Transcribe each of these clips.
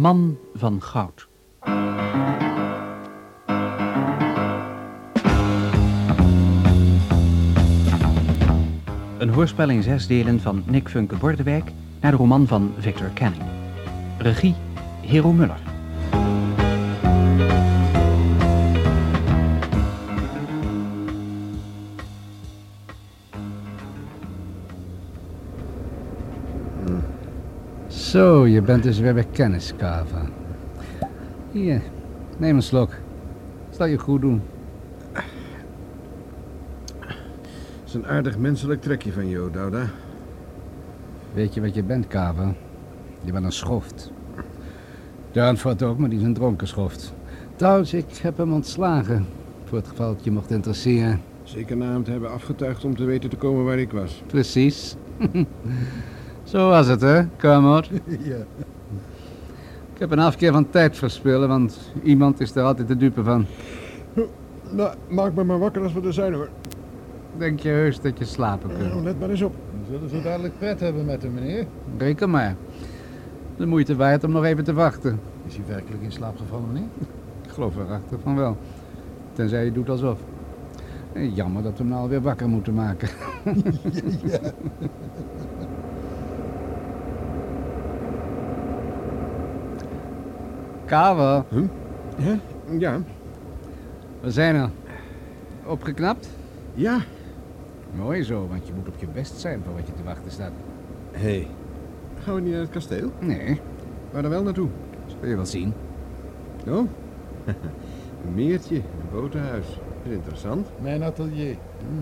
Man van goud. Een hoorspel in 6 delen van Nick Funke Bordewijk naar de roman van Victor Canning. Regie Hero Muller. Zo, je bent dus weer bij kennis, Kava. Hier, neem een slok. Zal je goed doen. Het is een aardig menselijk trekje van je, Douda. Weet je wat je bent, Kava? Je bent een schoft. Duinvoort ook, maar die is een dronken schoft. Trouwens, ik heb hem ontslagen. Voor het geval het je mocht interesseren. Zeker na hem te hebben afgetuigd om te weten te komen waar ik was. Precies. Zo was het, hè, Kermode? Ja. Ik heb een afkeer van tijd verspillen, want iemand is er altijd de dupe van. Nou, maak me maar wakker als we er zijn, hoor. Denk je heus dat je slapen kunt? Nou, let maar eens op. We zullen zo dadelijk pret hebben met hem, meneer. Reken maar. De moeite waard om nog even te wachten. Is hij werkelijk in slaap gevallen, meneer? Ik geloof erachter van wel. Tenzij je doet alsof. Jammer dat we hem nou alweer wakker moeten maken. Ja. Kava, Ja? Ja. we zijn er. Opgeknapt? Ja. Mooi zo, want je moet op je best zijn voor wat je te wachten staat. Hé, gaan we niet naar het kasteel? Nee, Waar dan wel naartoe? zul je wel zien. Oh, een meertje, een botenhuis. Dat is interessant. Mijn atelier.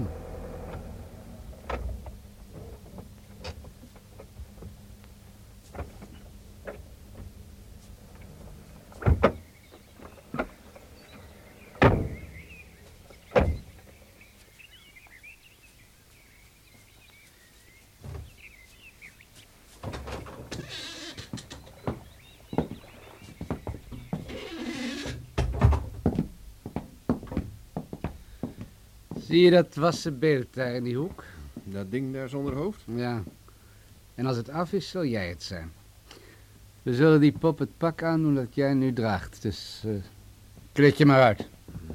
Zie je dat wassen beeld daar in die hoek? Dat ding daar zonder hoofd? Ja. En als het af is, zal jij het zijn. We zullen die pop het pak aandoen dat jij nu draagt. Dus kleed je maar uit.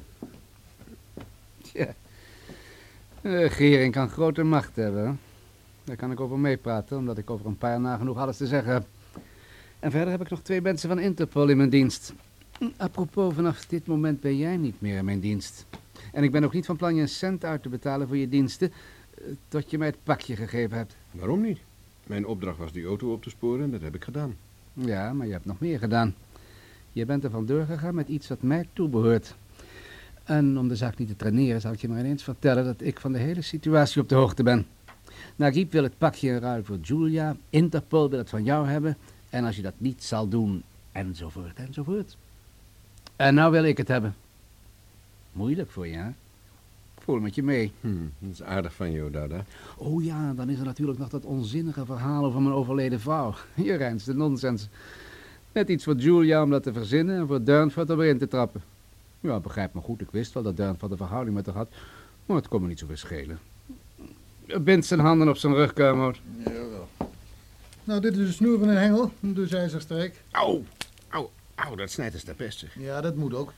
Tja. De regering kan grote macht hebben. Hè? Daar kan ik over meepraten, omdat ik over een paar nagenoeg alles te zeggen heb. En verder heb ik nog 2 mensen van Interpol in mijn dienst. Apropos, vanaf dit moment ben jij niet meer in mijn dienst. En ik ben ook niet van plan je een cent uit te betalen voor je diensten, tot je mij het pakje gegeven hebt. Waarom niet? Mijn opdracht was die auto op te sporen en dat heb ik gedaan. Ja, maar je hebt nog meer gedaan. Je bent er vandoor gegaan met iets wat mij toebehoort. En om de zaak niet te traineren, zal ik je maar ineens vertellen dat ik van de hele situatie op de hoogte ben. Naguib wil het pakje in ruil voor Julia, Interpol wil het van jou hebben, en als je dat niet zal doen, enzovoort, enzovoort. En nou wil ik het hebben. Moeilijk voor je, hè? Ik voel met je mee. Dat is aardig van je, Douda. Oh ja, dan is er natuurlijk nog dat onzinnige verhaal over mijn overleden vrouw. Je reinste nonsens. Net iets voor Julia om dat te verzinnen en voor Duinvoort om erin te trappen. Ja, begrijp me goed, ik wist wel dat Duinvoort een verhouding met haar had, maar het kon me niet zoveel schelen. Bind zijn handen op zijn rug, Kermode. Jawel. Nou, dit is de snoer van een hengel, dus ijzersterk. Au, au, au, dat snijdt als de pest, zeg. Ja, dat moet ook.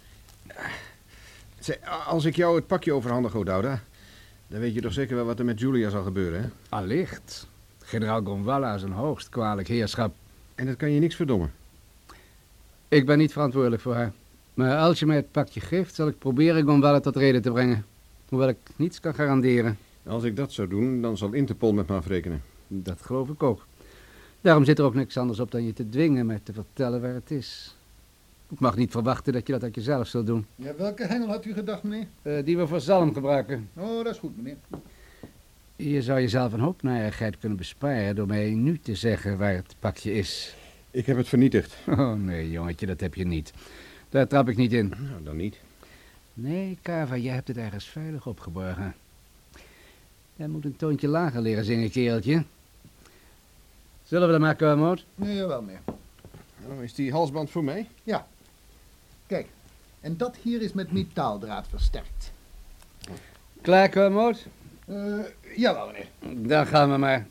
Als ik jou het pakje overhandig, Douda, dan weet je toch zeker wel wat er met Julia zal gebeuren, hè? Allicht. Generaal Gonvalla is een hoogst kwalijk heerschap. En dat kan je niks verdommen. Ik ben niet verantwoordelijk voor haar. Maar als je mij het pakje geeft, zal ik proberen Gonvalla tot reden te brengen. Hoewel ik niets kan garanderen. Als ik dat zou doen, dan zal Interpol met me afrekenen. Dat geloof ik ook. Daarom zit er ook niks anders op dan je te dwingen mij te vertellen waar het is. Ik mag niet verwachten dat je dat uit jezelf zult doen. Ja, welke hengel had u gedacht, meneer? Die we voor zalm gebruiken. Oh, dat is goed, meneer. Je zou jezelf een hoop narigheid kunnen besparen door mij nu te zeggen waar het pakje is. Ik heb het vernietigd. Oh nee, jongetje, dat heb je niet. Daar trap ik niet in. Nou, dan niet. Nee, Kava, jij hebt het ergens veilig opgeborgen. Jij moet een toontje lager leren zingen, kereltje. Zullen we dat maar, Kermode? Nee, jawel, meneer. Nou, is die halsband voor mij? Ja. Kijk, en dat hier is met metaaldraad versterkt. Klaar, Kermode? Jawel, meneer. Dan gaan we maar.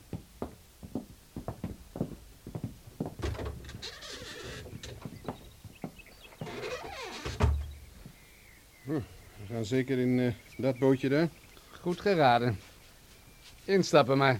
gaan zeker in dat bootje daar? Goed geraden. Instappen maar.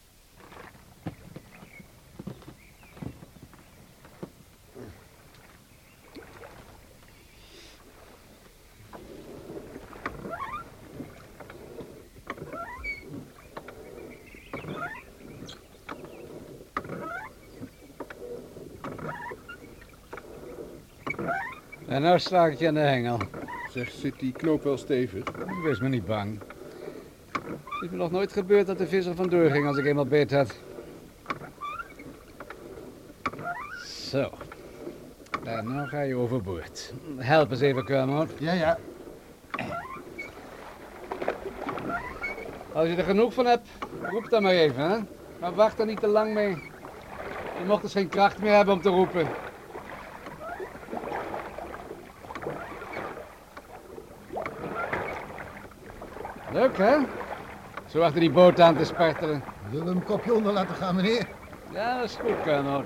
En nou sla ik je aan de hengel. Zeg, zit die knoop wel stevig? Wees me niet bang. Het is me nog nooit gebeurd dat de visser vandoor ging als ik eenmaal beet had. Zo. En nou ga je overboord. Help eens even, Kermode. Ja. Als je er genoeg van hebt, roep dan maar even, hè. Maar wacht er niet te lang mee. Je mocht dus geen kracht meer hebben om te roepen. Leuk, hè? Zo achter die boot aan te spartelen. Zullen we hem een kopje onder laten gaan, meneer? Ja, dat is goed, Kermode.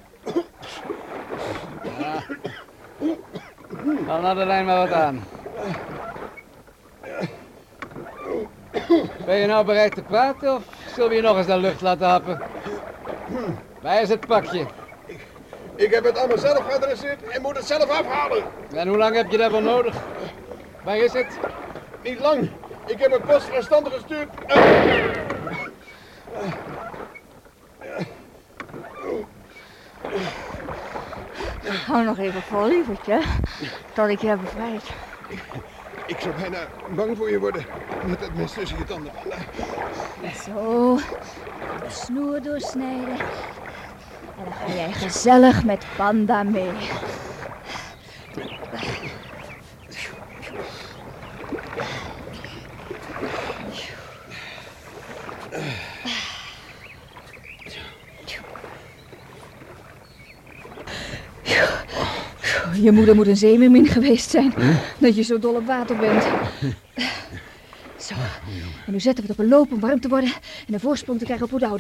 Ja. Haal nou de lijn maar wat aan. Ben je nou bereid te praten of zullen we je nog eens de lucht laten happen? Waar is het pakje? Ik heb het allemaal zelf geadresseerd en moet het zelf afhalen. En hoe lang heb je daarvoor nodig? Waar is het? Niet lang. Ik heb het post verstandig gestuurd. Hou nog even vol, lievertje, tot ik je heb bevrijd. Ik zou bijna bang voor je worden met het mes tussen je tanden. Zo, de snoer doorsnijden. En dan ga jij gezellig met Panda mee. Je moeder moet een zeemermin geweest zijn, dat je zo dol op water bent. Zo, en nu zetten we het op een loop om warm te worden en een voorsprong te krijgen op Oudouda.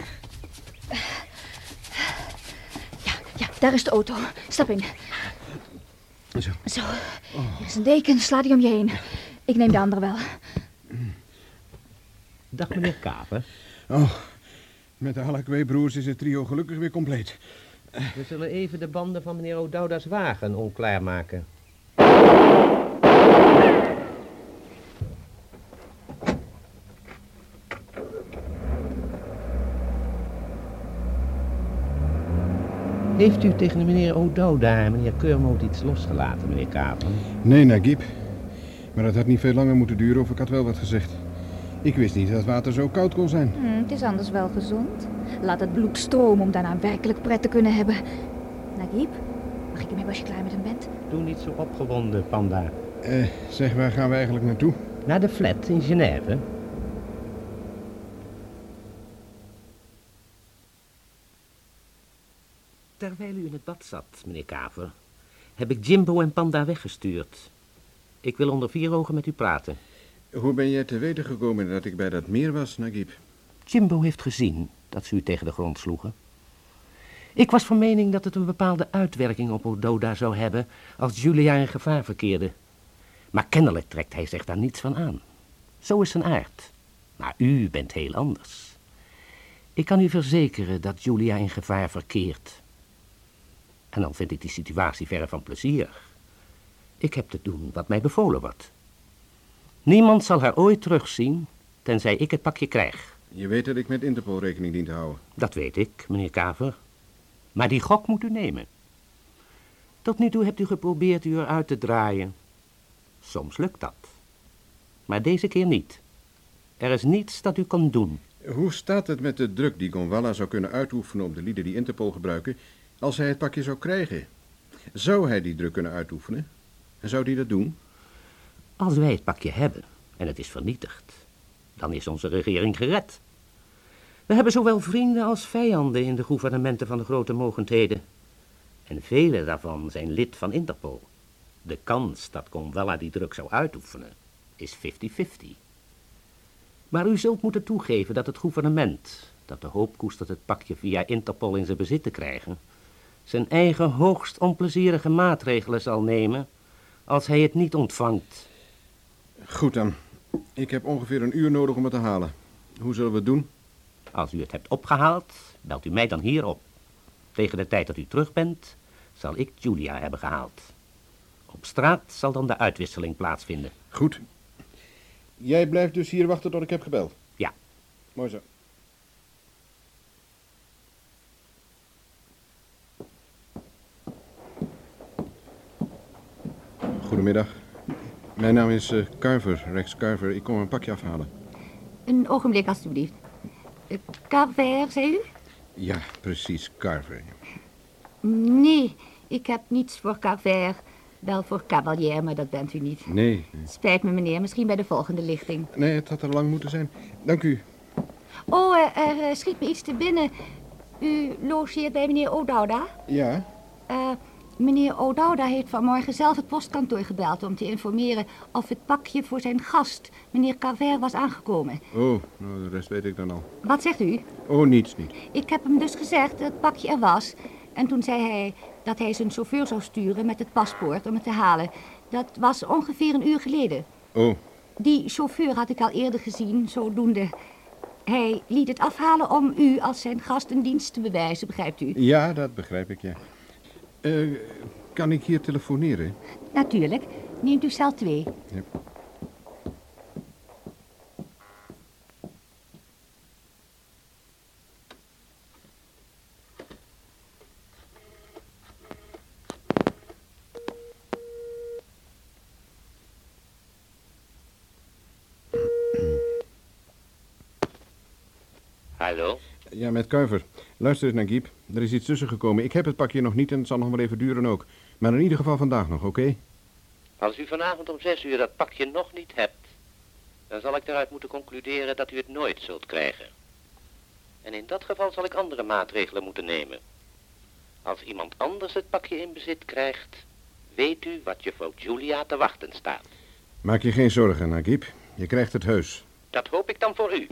Ja, daar is de auto. Stap in. Zo, hier is een deken, sla die om je heen. Ik neem de andere wel. Dag meneer Kaver. Oh, met de Halakwe-broers is het trio gelukkig weer compleet. We zullen even de banden van meneer O'Dowda's wagen onklaar maken. Heeft u tegen de meneer O'Dowda en meneer Kermode iets losgelaten, meneer Kaver? Nee, Nagib. Maar dat had niet veel langer moeten duren of ik had wel wat gezegd. Ik wist niet dat water zo koud kon zijn. Het is anders wel gezond. Laat het bloed stromen om daarna werkelijk pret te kunnen hebben. Nagib, mag ik je mee als je klaar met hem bent? Doe niet zo opgewonden, Panda. Zeg, waar gaan we eigenlijk naartoe? Naar de flat in Genève. Terwijl u in het bad zat, meneer Kaver, heb ik Jimbo en Panda weggestuurd. Ik wil onder 4 ogen met u praten. Hoe ben jij te weten gekomen dat ik bij dat meer was, Nagib? Jimbo heeft gezien dat ze u tegen de grond sloegen. Ik was van mening dat het een bepaalde uitwerking op O'Dowda zou hebben als Julia in gevaar verkeerde. Maar kennelijk trekt hij zich daar niets van aan. Zo is zijn aard. Maar u bent heel anders. Ik kan u verzekeren dat Julia in gevaar verkeert. En dan vind ik die situatie verre van plezierig. Ik heb te doen wat mij bevolen wordt. Niemand zal haar ooit terugzien, tenzij ik het pakje krijg. Je weet dat ik met Interpol rekening dien te houden. Dat weet ik, meneer Kaver. Maar die gok moet u nemen. Tot nu toe hebt u geprobeerd u eruit te draaien. Soms lukt dat. Maar deze keer niet. Er is niets dat u kan doen. Hoe staat het met de druk die Gonwalla zou kunnen uitoefenen op de lieden die Interpol gebruiken, als hij het pakje zou krijgen? Zou hij die druk kunnen uitoefenen? En zou hij dat doen? Als wij het pakje hebben en het is vernietigd, dan is onze regering gered. We hebben zowel vrienden als vijanden in de gouvernementen van de grote mogendheden. En vele daarvan zijn lid van Interpol. De kans dat Gonwalla die druk zou uitoefenen is 50-50. Maar u zult moeten toegeven dat het gouvernement, dat de hoop koestert het pakje via Interpol in zijn bezit te krijgen, zijn eigen hoogst onplezierige maatregelen zal nemen als hij het niet ontvangt. Goed dan. Ik heb ongeveer een uur nodig om het te halen. Hoe zullen we het doen? Als u het hebt opgehaald, belt u mij dan hier op. Tegen de tijd dat u terug bent, zal ik Julia hebben gehaald. Op straat zal dan de uitwisseling plaatsvinden. Goed. Jij blijft dus hier wachten tot ik heb gebeld? Ja. Mooi zo. Goedemiddag. Mijn naam is Carver, Rex Carver. Ik kom een pakje afhalen. Een ogenblik, alstublieft. Carver, zei u? Ja, precies, Carver. Nee, ik heb niets voor Carver. Wel voor Cavalier, maar dat bent u niet. Nee. Spijt me, meneer. Misschien bij de volgende lichting. Nee, het had er lang moeten zijn. Dank u. Oh, er schiet me iets te binnen. U logeert bij meneer O'Dowda? Ja? Meneer O'Dowda heeft vanmorgen zelf het postkantoor gebeld om te informeren of het pakje voor zijn gast, meneer Carver, was aangekomen. Oh, nou, de rest weet ik dan al. Wat zegt u? Oh, niets niet. Ik heb hem dus gezegd dat het pakje er was. En toen zei hij dat hij zijn chauffeur zou sturen met het paspoort om het te halen. Dat was ongeveer een uur geleden. Oh, Die chauffeur had ik al eerder gezien, zodoende. Hij liet het afhalen om u als zijn gast een dienst te bewijzen, begrijpt u? ja, dat begrijp ik, ja. Kan ik hier telefoneren? Natuurlijk. Neemt u cel 2. Ja. Hallo? Ja, met Carver. Luister eens naar Giep. Er is iets tussen gekomen. Ik heb het pakje nog niet en het zal nog wel even duren ook. Maar in ieder geval vandaag nog, oké? Als u vanavond om 6 uur dat pakje nog niet hebt, dan zal ik eruit moeten concluderen dat u het nooit zult krijgen. En in dat geval zal ik andere maatregelen moeten nemen. Als iemand anders het pakje in bezit krijgt, weet u wat juffrouw Julia te wachten staat. Maak je geen zorgen, Nagib. Je krijgt het heus. Dat hoop ik dan voor u.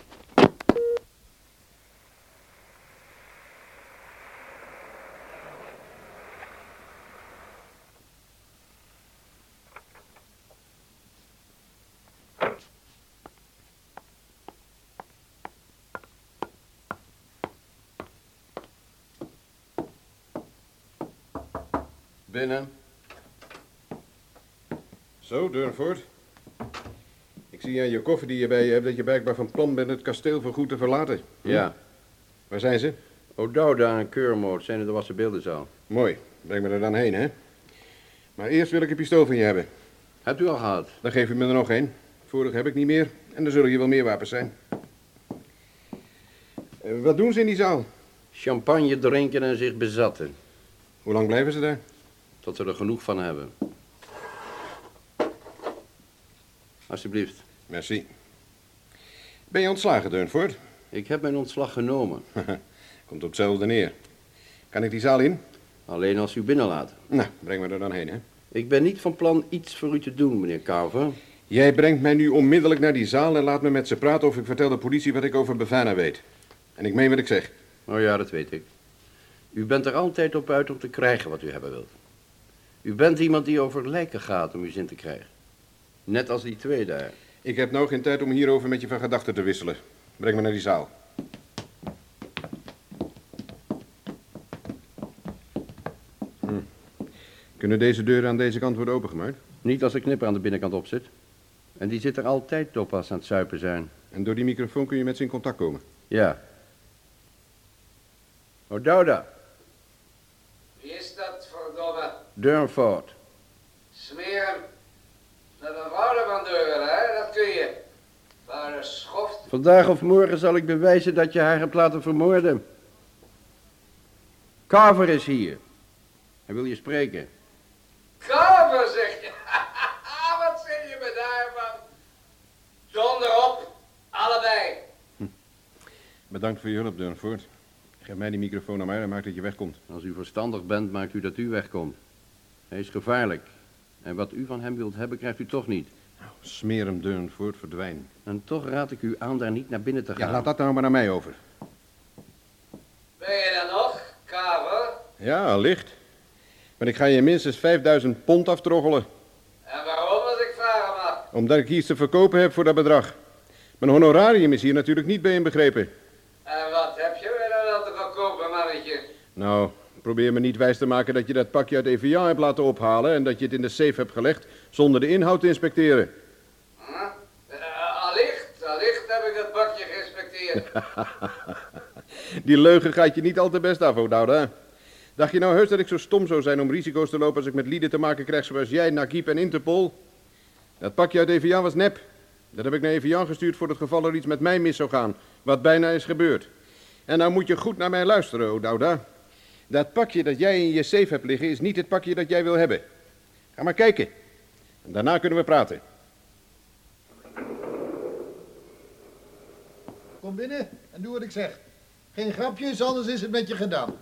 Binnen. Zo, Durnford. Ik zie aan je koffer die je bij je hebt dat je blijkbaar van plan bent het kasteel voorgoed te verlaten. Ja. Waar zijn ze? O'Dowda en Keurmoord zijn in de wassenbeeldenzaal. Mooi. Breng me er dan heen, hè? Maar eerst wil ik een pistool van je hebben. Hebt u al gehad? Dan geef je me er nog één. Vorig heb ik niet meer. En er zullen hier wel meer wapens zijn. Wat doen ze in die zaal? Champagne drinken en zich bezatten. Hoe lang blijven ze daar? Tot ze er genoeg van hebben. Alsjeblieft. Merci. Ben je ontslagen, Durnford? Ik heb mijn ontslag genomen. Komt op hetzelfde neer. Kan ik die zaal in? Alleen als u binnenlaat. Nou, breng me er dan heen, hè. Ik ben niet van plan iets voor u te doen, meneer Carver. Jij brengt mij nu onmiddellijk naar die zaal en laat me met ze praten of ik vertel de politie wat ik over Bavana weet. En ik meen wat ik zeg. Oh ja, dat weet ik. U bent er altijd op uit om te krijgen wat u hebben wilt. U bent iemand die over lijken gaat om uw zin te krijgen. Net als die twee daar. Ik heb nou geen tijd om hierover met je van gedachten te wisselen. Breng me naar die zaal. Kunnen deze deuren aan deze kant worden opengemaakt? Niet als de knipper aan de binnenkant op zit. En die zit er altijd op als ze aan het zuipen zijn. En door die microfoon kun je met ze in contact komen? Ja. O'Dowda. Wie is dat, verdomme? Durnford. Smeer hem. Naar de wouden van deuren, hè? Dat kun je. Waar een schoft. Vandaag of morgen zal ik bewijzen dat je haar hebt laten vermoorden. Carver is hier. Hij wil je spreken. Carver, zeg je. Wat zeg je me daarvan? Zonder op. Allebei. Bedankt voor je hulp, Durnford. Geef mij die microfoon aan mij en maak dat je wegkomt. Als u verstandig bent, maakt u dat u wegkomt. Hij is gevaarlijk. En wat u van hem wilt hebben, krijgt u toch niet. Smeer hem, Durnford, verdwijn. En toch raad ik u aan daar niet naar binnen te gaan. Ja, laat dat nou maar naar mij over. Ben je er nog, Carver? Ja, allicht. Maar ik ga je minstens 5000 pond aftroggelen. En waarom, als ik vragen mag? Omdat ik iets te verkopen heb voor dat bedrag. Mijn honorarium is hier natuurlijk niet bij inbegrepen. En wat heb je weer dan te verkopen, mannetje? Nou, probeer me niet wijs te maken dat je dat pakje uit Evian hebt laten ophalen en dat je het in de safe hebt gelegd zonder de inhoud te inspecteren. Allicht heb ik het bakje geïnspecteerd. Die leugen gaat je niet al te best af, O'Dowda. Dacht je nou heus dat ik zo stom zou zijn om risico's te lopen als ik met lieden te maken krijg zoals jij, Nagib en Interpol? Dat pakje uit Evian was nep. Dat heb ik naar Evian gestuurd voor het geval er iets met mij mis zou gaan, wat bijna is gebeurd. En nou moet je goed naar mij luisteren, O'Dowda. Dat pakje dat jij in je safe hebt liggen is niet het pakje dat jij wil hebben. Ga maar kijken. En daarna kunnen we praten. Kom binnen en doe wat ik zeg. Geen grapjes, anders is het met je gedaan.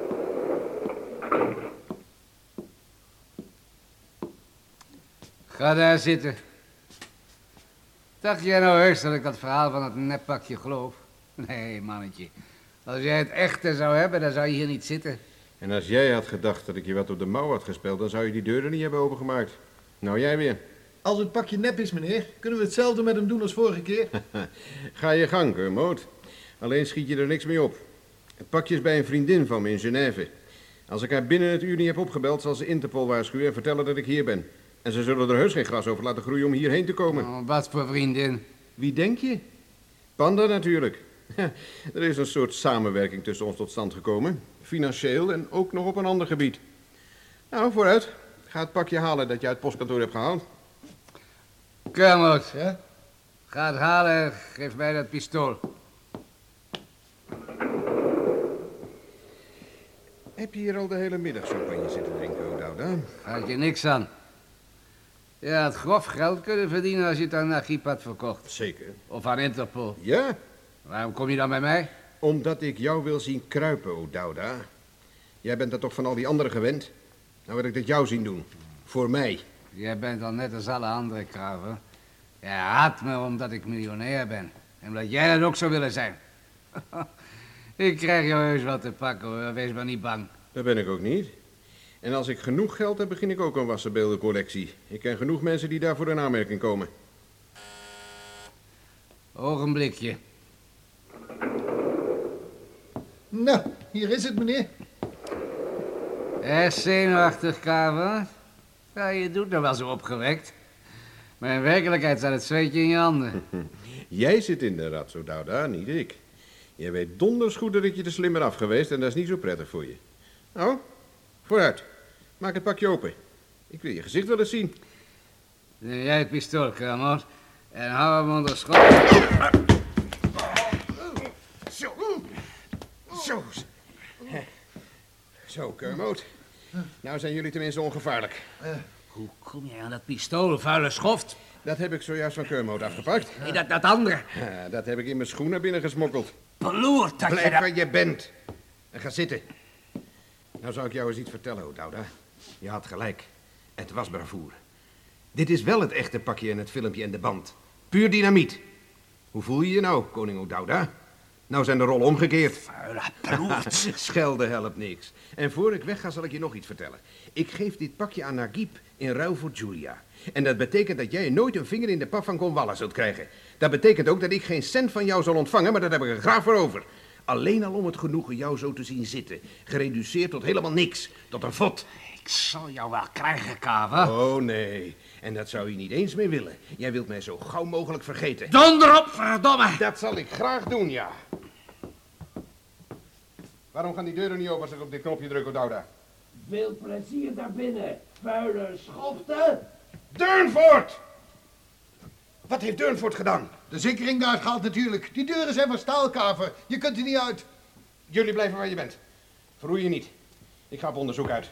Ga daar zitten. Dacht jij nou heus dat ik dat verhaal van het neppakje geloof? Nee, mannetje. Als jij het echte zou hebben, dan zou je hier niet zitten. En als jij had gedacht dat ik je wat op de mouw had gespeeld, dan zou je die deuren niet hebben opengemaakt. Nou, jij weer. Als het pakje nep is, meneer, kunnen we hetzelfde met hem doen als vorige keer. Ga je gang, Kermode. Alleen schiet je er niks mee op. Het pakje is bij een vriendin van me in Genève. Als ik haar binnen het uur niet heb opgebeld, zal ze Interpol waarschuwen en vertellen dat ik hier ben. En ze zullen er heus geen gras over laten groeien om hierheen te komen. Oh, wat voor vriendin? Wie denk je? Panda natuurlijk. Er is een soort samenwerking tussen ons tot stand gekomen. Financieel en ook nog op een ander gebied. Nou, vooruit. Ga het pakje halen dat je uit het postkantoor hebt gehaald. Kermode, Ja? ga het halen en geef mij dat pistool. Heb je hier al de hele middag champagne zitten drinken, O'Dowda? Gaat je niks aan. Je had grof geld kunnen verdienen als je het aan Nagib had verkocht. Zeker. Of aan Interpol. Ja, Waarom kom je dan bij mij? omdat ik jou wil zien kruipen, O'Dowda. Jij bent dat toch van al die anderen gewend? Nou wil ik dat jou zien doen. Voor mij. Jij bent al net als alle andere kraven. Je haat me omdat ik miljonair ben. En omdat jij dat ook zou willen zijn. Ik krijg jou heus wat te pakken hoor, wees maar niet bang. Dat ben ik ook niet. En als ik genoeg geld heb, begin ik ook een wassenbeeldencollectie. Ik ken genoeg mensen die daarvoor in aanmerking komen. Ogenblikje. Nou, hier is het, meneer. Zenuwachtig, kraven. Ja, je doet nou wel zo opgewekt. Maar in werkelijkheid staat het zweetje in je handen. Jij zit in de rat, O'Dowda, niet ik. Jij weet donders goed dat ik je er slimmer af geweest en dat is niet zo prettig voor je. Nou, vooruit. Maak het pakje open. Ik wil je gezicht wel eens zien. Neem jij het pistool, Kermode. En hou hem onder schot. Zo, Kermode. Nou zijn jullie tenminste ongevaarlijk. Hoe kom jij aan dat pistool, vuile schoft? Dat heb ik zojuist van Kermode afgepakt. Nee, dat andere. Ja, dat heb ik in mijn schoen naar binnen gesmokkeld. Beloerd dat Blijf jij dat... waar je bent. En ga zitten. Nou zou ik jou eens iets vertellen, O'Dowda. Je had gelijk. Het was bravoure. Dit is wel het echte pakje in het filmpje en de band. Puur dynamiet. Hoe voel je je nou, koning O'Dowda? Nou zijn de rollen omgekeerd. Vuile ploert. Schelden helpt niks. En voor ik wegga zal ik je nog iets vertellen. Ik geef dit pakje aan Nagib in ruil voor Julia. En dat betekent dat jij nooit een vinger in de pap van Gonwalla zult krijgen. Dat betekent ook dat ik geen cent van jou zal ontvangen, maar dat heb ik er graag voor over. Alleen al om het genoegen jou zo te zien zitten. Gereduceerd tot helemaal niks. Tot een vod. Ik zal jou wel krijgen, Kaver. Oh nee. En dat zou je niet eens meer willen. Jij wilt mij zo gauw mogelijk vergeten. Donder op, verdomme. Dat zal ik graag doen, ja. Waarom gaan die deuren niet open als ik op dit knopje druk, O'Dowda? Veel plezier daarbinnen, vuile schoften. Durnford! Wat heeft Durnford gedaan? De zinkering daar gaat natuurlijk. Die deuren zijn van staalkaver. Je kunt er niet uit. Jullie blijven waar je bent. Verroei je niet. Ik ga op onderzoek uit.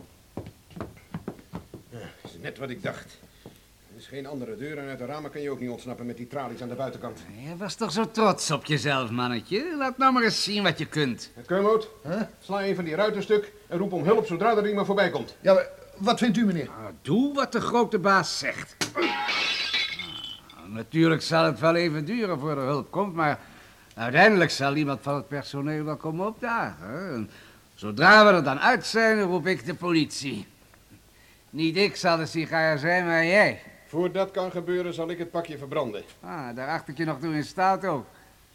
Ja, dat is net wat ik dacht. Er is geen andere deur en uit de ramen kan je ook niet ontsnappen met die tralies aan de buitenkant. Je was toch zo trots op jezelf, mannetje. Laat nou maar eens zien wat je kunt. Kermode, sla een van die ruiten stuk en roep om hulp zodra er iemand voorbij komt. Ja, maar wat vindt u, meneer? Nou, doe wat de grote baas zegt. Natuurlijk zal het wel even duren voor de hulp komt, maar uiteindelijk zal iemand van het personeel wel komen opdagen. En zodra we er dan uit zijn, roep ik de politie. Niet ik zal de sigaar zijn, maar jij. Voor dat kan gebeuren zal ik het pakje verbranden. Ah, daar acht ik je nog toe in staat ook.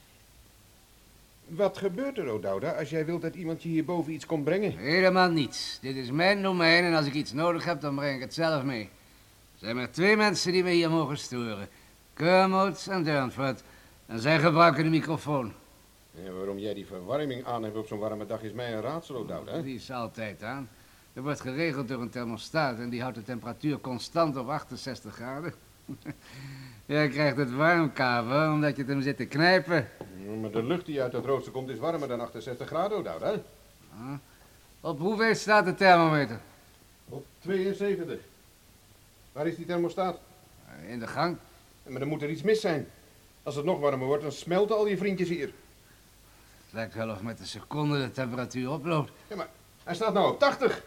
Wat gebeurt er, O'Dowda, als jij wilt dat iemand je hierboven iets komt brengen? Helemaal niets. Dit is mijn domein en als ik iets nodig heb, dan breng ik het zelf mee. Er zijn maar 2 mensen die me hier mogen storen. Kermode en Durnford. En zij gebruiken de microfoon. Ja, waarom jij die verwarming aan hebt op zo'n warme dag is mij een raadsel, O'Dowda. Die is altijd aan. Er wordt geregeld door een thermostaat en die houdt de temperatuur constant op 68 graden. Jij krijgt het warm, Kaver, omdat je het hem zit te knijpen. Ja, maar de lucht die uit het rooster komt is warmer dan 68 graden, O'Dowda. Ah. Op hoeveel staat de thermometer? Op 72. Waar is die thermostaat? In de gang. Ja, maar dan moet er iets mis zijn. Als het nog warmer wordt, dan smelten al je vriendjes hier. Het lijkt wel of met de seconde de temperatuur oploopt. Ja, maar hij staat nou op 80.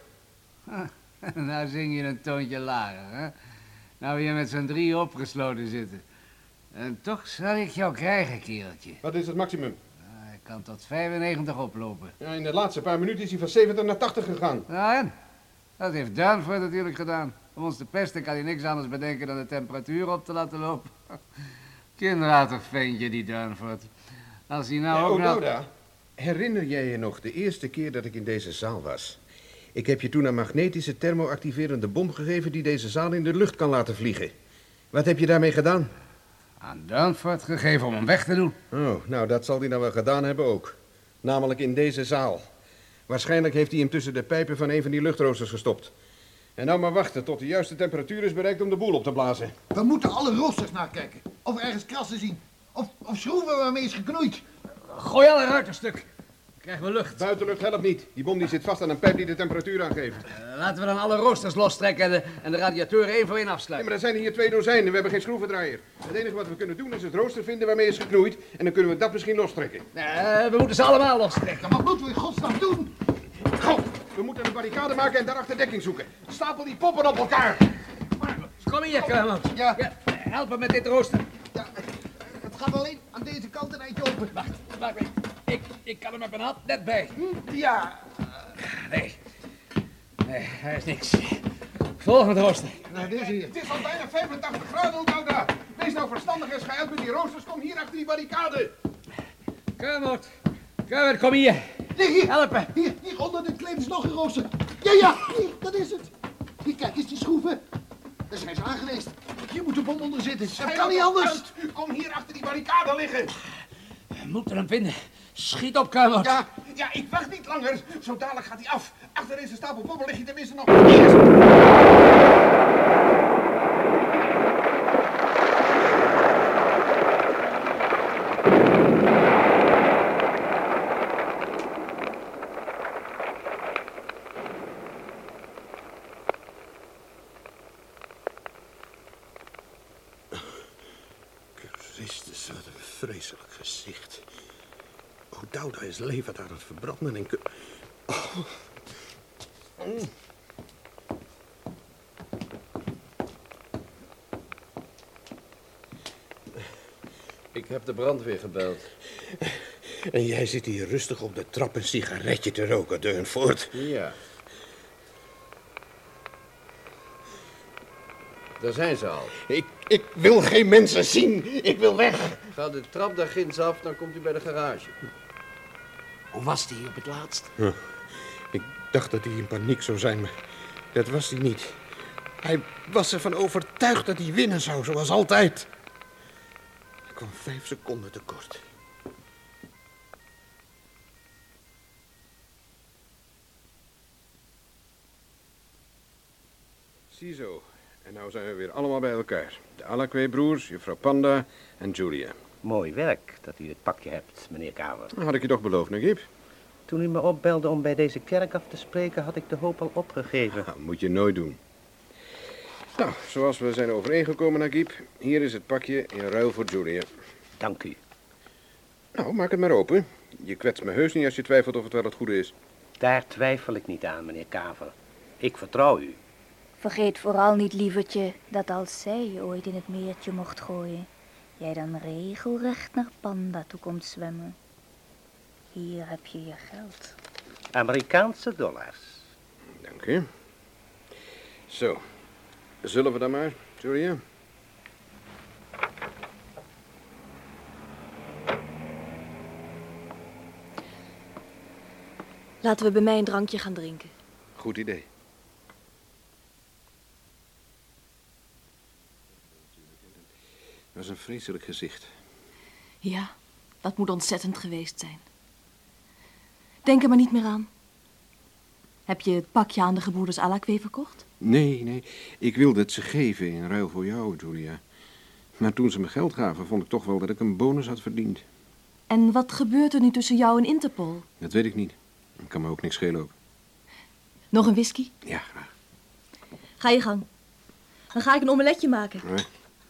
Nou zing je een toontje lager, hè? Nou we hier met z'n 3 opgesloten zitten. En toch zal ik jou krijgen, kereltje. Wat is het maximum? Hij kan tot 95 oplopen. Ja, in de laatste paar minuten is hij van 70 naar 80 gegaan. Nou en? Dat heeft Durnford natuurlijk gedaan. Om ons te pesten kan hij niks anders bedenken dan de temperatuur op te laten lopen. Kinderachtig ventje, die Durnford. Als hij nou ook nog... O'Dowda, herinner jij je nog de eerste keer dat ik in deze zaal was? Ik heb je toen een magnetische thermoactiverende bom gegeven die deze zaal in de lucht kan laten vliegen. Wat heb je daarmee gedaan? Aan Durnford gegeven om hem weg te doen. Oh, nou dat zal hij dan wel gedaan hebben ook. Namelijk in deze zaal. Waarschijnlijk heeft hij hem tussen de pijpen van een van die luchtroosters gestopt. En nou maar wachten tot de juiste temperatuur is bereikt om de boel op te blazen. We moeten alle roosters nakijken. Of ergens krassen zien. Of schroeven waarmee is geknoeid. Gooi alle ruiten stuk. Dan krijgen we lucht. Buitenlucht helpt niet. Die bom die zit vast aan een pijp die de temperatuur aangeeft. Laten we dan alle roosters lostrekken en de radiatoren 1 voor 1 Ja, afsluiten. maar er zijn hier 2 dozijnen. We hebben geen schroevendraaier. Het enige wat we kunnen doen is het rooster vinden waarmee is geknoeid. En dan kunnen we dat misschien lostrekken. We moeten ze allemaal lostrekken. Ja, wat moeten we in godsnaam doen? Gauw, we moeten een barricade maken en daarachter dekking zoeken. Stapel die poppen op elkaar. Kom hier, Kermode. Ja. Help me met dit rooster. Ja, het gaat alleen aan deze kant een eindje open. Wacht. Ik kan er met mijn hand net bij. Ja. Nee, hij is niks. Volgende rooster. Nou, dit is hier. Het is al bijna 85 graden, O'Dowda. Wees nou verstandig en schei uit met die roosters. Kom hier achter die barricade. Kermode, kom hier. Hier. Helpen. Hier onder dit kleed is nog een rooster. Ja, hier, dat is het. Hier, kijk eens die schroeven. Daar zijn ze aangeweest. Hier moet de bom onder zitten. Dat kan niet anders. Kom hier achter die barricade liggen. We moeten hem vinden. Schiet op, Kermode. Ja, ik wacht niet langer. Zo dadelijk gaat hij af. Achter deze stapel bommen lig je tenminste nog. Christus, wat een vreselijk gezicht. O'Dowda is levend aan het verbranden en... Oh. Ik heb de brandweer gebeld. En jij zit hier rustig op de trap een sigaretje te roken, Durnford. Ja. Daar zijn ze al. Ik wil geen mensen zien. Ik wil weg. Ga de trap daar ginds af, dan komt u bij de garage. Hoe was die op het laatst? Ik dacht dat hij in paniek zou zijn, maar dat was hij niet. Hij was ervan overtuigd dat hij winnen zou, zoals altijd. Hij kwam 5 seconden tekort. Ziezo. En nou zijn we weer allemaal bij elkaar. De Alakwe-broers, juffrouw Panda en Julia. Mooi werk dat u het pakje hebt, meneer Kaver. Dat had ik je toch beloofd, Nagib? Toen u me opbelde om bij deze kerk af te spreken, had ik de hoop al opgegeven. Dat moet je nooit doen. Nou, zoals we zijn overeengekomen, Nagib. Hier is het pakje in ruil voor Julia. Dank u. Nou, maak het maar open. Je kwetst me heus niet als je twijfelt of het wel het goede is. Daar twijfel ik niet aan, meneer Kaver. Ik vertrouw u. Vergeet vooral niet, lievertje, dat als zij je ooit in het meertje mocht gooien, jij dan regelrecht naar Panda toe komt zwemmen. Hier heb je je geld. Amerikaanse dollars. Dank u. Zo, zullen we dan maar, Julia? Laten we bij mij een drankje gaan drinken. Goed idee. Dat was een vreselijk gezicht. Ja, dat moet ontzettend geweest zijn. Denk er maar niet meer aan. Heb je het pakje aan de gebroeders Alakwe verkocht? Nee. Ik wilde het ze geven in ruil voor jou, Julia. Maar toen ze me geld gaven, vond ik toch wel dat ik een bonus had verdiend. En wat gebeurt er nu tussen jou en Interpol? Dat weet ik niet. Dat kan me ook niks schelen ook. Nog een whisky? Ja, graag. Ga je gang. Dan ga ik een omeletje maken. Nee.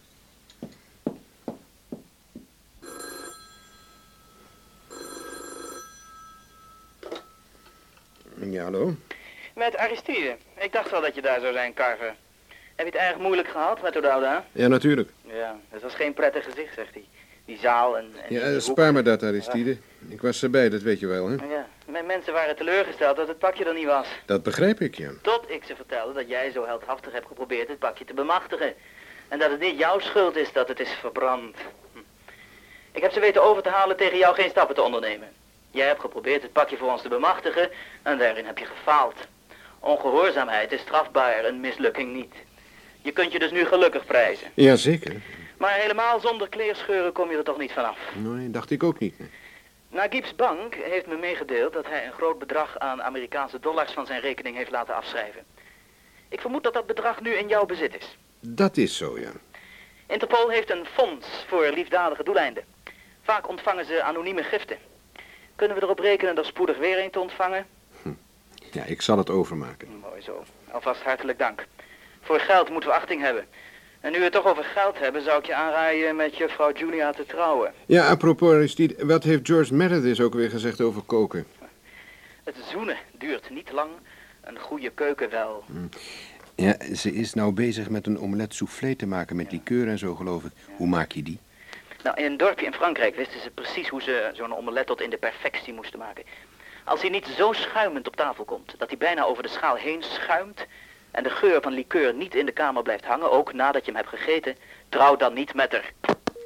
Ja, hallo? Met Aristide. Ik dacht wel dat je daar zou zijn, Carver. Heb je het erg moeilijk gehad met O'Dowda? Ja, natuurlijk. Ja, dat was geen prettig gezicht, zegt hij. Die zaal en Ja, die spaar me dat, Aristide. Ik was erbij, dat weet je wel, hè? Ja, mijn mensen waren teleurgesteld dat het pakje er niet was. Dat begrijp ik, ja. Tot ik ze vertelde dat jij zo heldhaftig hebt geprobeerd het pakje te bemachtigen. En dat het niet jouw schuld is dat het is verbrand. Ik heb ze weten over te halen tegen jou geen stappen te ondernemen. Jij hebt geprobeerd het pakje voor ons te bemachtigen en daarin heb je gefaald. Ongehoorzaamheid is strafbaar, een mislukking niet. Je kunt je dus nu gelukkig prijzen. Jazeker. Maar helemaal zonder kleerscheuren kom je er toch niet vanaf. Nee, dacht ik ook niet. Naguib's bank heeft me meegedeeld dat hij een groot bedrag aan Amerikaanse dollars van zijn rekening heeft laten afschrijven. Ik vermoed dat dat bedrag nu in jouw bezit is. Dat is zo, ja. Interpol heeft een fonds voor liefdadige doeleinden. Vaak ontvangen ze anonieme giften. Kunnen we erop rekenen er spoedig weer een te ontvangen? Ja, ik zal het overmaken. Mooi zo. Alvast hartelijk dank. Voor geld moeten we achting hebben. En nu we het toch over geld hebben, zou ik je aanraaien met juffrouw Julia te trouwen. Ja, apropos Aristide, wat heeft George Meredith ook weer gezegd over koken? Het zoenen duurt niet lang. Een goede keuken wel. Ja, ze is nou bezig met een omelet soufflé te maken met liqueur en zo, geloof ik. Hoe maak je die? Nou, in een dorpje in Frankrijk wisten ze precies hoe ze zo'n omelet tot in de perfectie moesten maken. Als hij niet zo schuimend op tafel komt, dat hij bijna over de schaal heen schuimt en de geur van liqueur niet in de kamer blijft hangen, ook nadat je hem hebt gegeten, trouw dan niet met haar.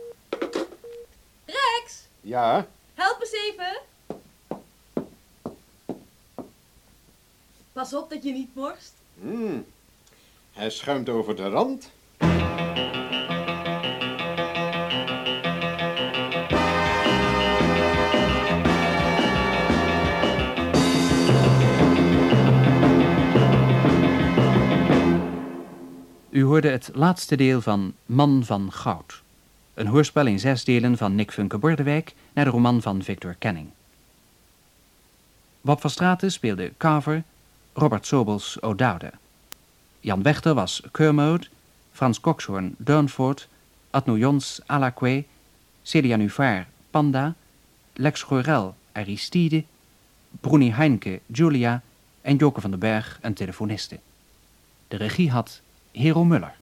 Rex, Ja? help eens even. Pas op dat je niet morst. Hij schuimt over de rand. U hoorde het laatste deel van Man van Goud. Een hoorspel in 6 delen van Nick Funke-Bordewijk naar de roman van Victor Canning. Bob van Straten speelde Carver, Robert Sobels O'Dowda. Jan Wechter was Kermode, Frans Coxhoorn Durnford, Adno Jons Alakwe, Celia Nuvaar Panda, Lex Gorel Aristide, Bruni Heinke Julia en Joke van den Berg een telefoniste. De regie had Hero Muller.